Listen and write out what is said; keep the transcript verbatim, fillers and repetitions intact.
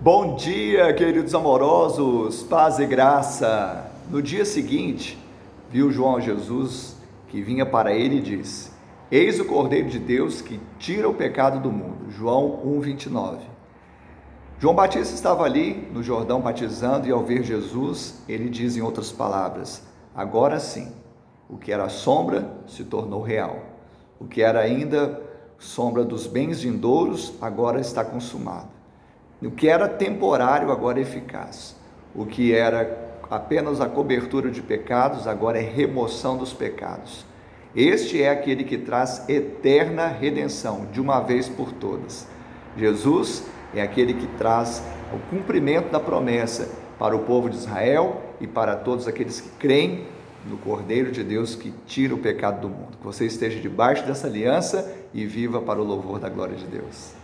Bom dia, queridos amorosos, paz e graça. No dia seguinte, viu João Jesus que vinha para ele e disse: Eis o Cordeiro de Deus que tira o pecado do mundo. João um, vinte e nove. João Batista estava ali no Jordão batizando e ao ver Jesus, ele diz em outras palavras: agora sim, o que era sombra se tornou real. O que era ainda sombra dos bens vindouros, agora está consumado. O que era temporário, agora é eficaz. O que era apenas a cobertura de pecados, agora é remoção dos pecados. Este é aquele que traz eterna redenção, de uma vez por todas. Jesus é aquele que traz o cumprimento da promessa para o povo de Israel e para todos aqueles que creem no Cordeiro de Deus que tira o pecado do mundo. Que você esteja debaixo dessa aliança e viva para o louvor da glória de Deus.